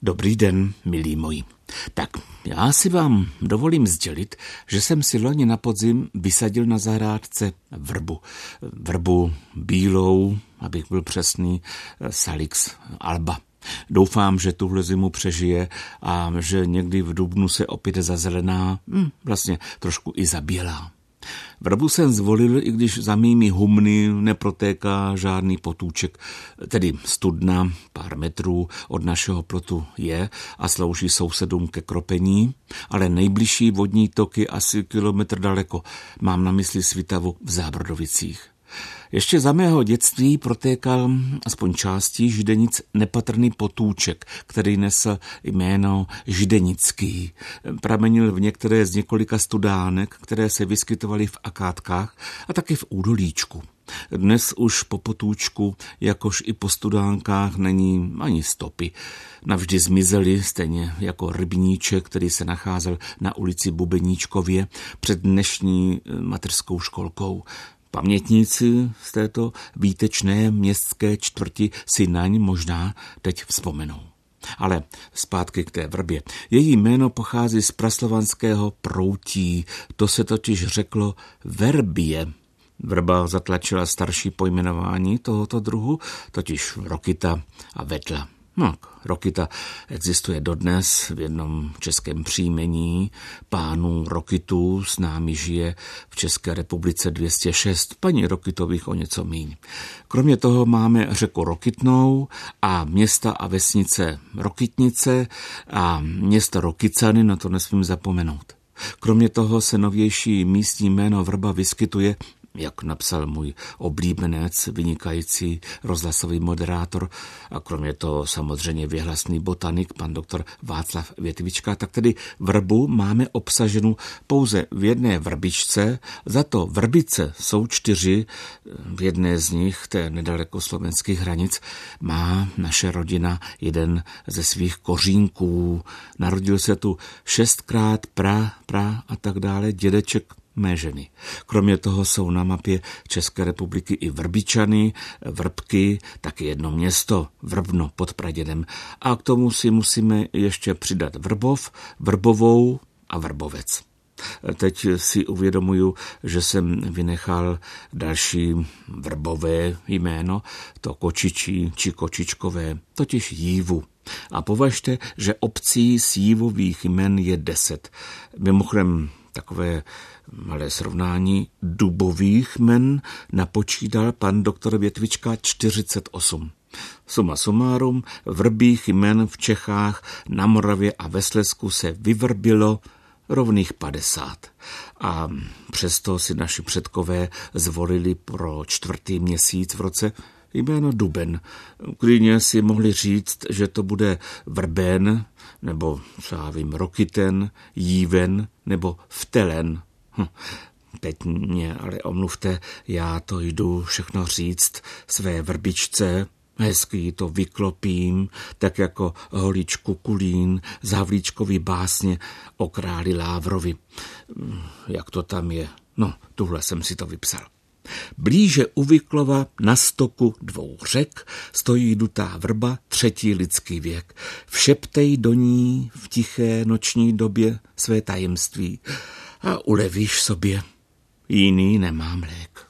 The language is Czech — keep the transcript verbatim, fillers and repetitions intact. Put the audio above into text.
Dobrý den, milí moji. Tak, já si vám dovolím sdělit, že jsem si loni na podzim vysadil na zahrádce vrbu. Vrbu bílou, abych byl přesný, Salix alba. Doufám, že tuhle zimu přežije a že někdy v dubnu se opět zazelená, hm, vlastně trošku i zabělá. Vrbu jsem zvolil, i když za mými humny neprotéká žádný potůček, tedy studna pár metrů od našeho plotu je a slouží sousedům ke kropení, ale nejbližší vodní toky asi kilometr daleko. Mám na mysli Svitavu v Zábrodovicích. Ještě za mého dětství protékal aspoň částí Židenic nepatrný potůček, který nesl jméno Židenický. Pramenil v některé z několika studánek, které se vyskytovaly v akádkách a taky v údolíčku. Dnes už po potůčku, jakož i po studánkách, není ani stopy. Navždy zmizely, stejně jako rybníček, který se nacházel na ulici Bubeníčkově před dnešní mateřskou školkou. Pamětníci z této výtečné městské čtvrti si naň možná teď vzpomenou. Ale zpátky k té vrbě. Její jméno pochází z praslovanského proutí, to se totiž řeklo verbie. Vrba zatlačila starší pojmenování tohoto druhu, totiž rokita a vetla. No, rokita existuje dodnes v jednom českém příjmení pánů Rokitů, s námi žije v České republice dvě stě šest, paní Rokitových o něco míň. Kromě toho máme řeku Rokitnou a města a vesnice Rokitnice a město Rokycany, na to nesmím zapomenout. Kromě toho se novější místní jméno Vrba vyskytuje, jak napsal můj oblíbenec, vynikající rozhlasový moderátor a kromě toho samozřejmě věhlasný botanik, pan doktor Václav Větvička, tak tedy vrbu máme obsaženou pouze v jedné vrbičce, za to vrbice jsou čtyři, v jedné z nich, té nedaleko slovenských hranic, má naše rodina jeden ze svých kořínků. Narodil se tu šestkrát pra, pra a tak dále dědeček mé ženy. Kromě toho jsou na mapě České republiky i Vrbičany, Vrbky, taky jedno město, Vrbno pod pradědem. A k tomu si musíme ještě přidat Vrbov, Vrbovou a Vrbovec. Teď si uvědomuju, že jsem vynechal další vrbové jméno, to kočičí či kočičkové, totiž Jívu. A považte, že obcí z jívových jmen je deset. Mimochodem takové malé srovnání dubových jmen napočítal pan doktor Větvička čtyřicet osm. Suma sumárum, vrbích jmen v Čechách, na Moravě a ve Slezsku se vyvrbilo rovných padesát. A přesto si naši předkové zvolili pro čtvrtý měsíc v roce jméno duben. Klidně si mohli říct, že to bude vrben, nebo co já vím, rokiten, jíven, nebo vtelen. Hm. Teď mě ale omluvte, já to jdu všechno říct své vrbičce, hezky to vyklopím, tak jako holičku Kulín z Havlíčkovy básně o králi Lávrovi. Jak to tam je? No, tuhle jsem si to vypsal. Blíže u Vyklova na stoku dvou řek stojí dutá vrba, třetí lidský věk. Všeptej do ní v tiché noční době své tajemství a ulevíš sobě. Jiný nemám lék.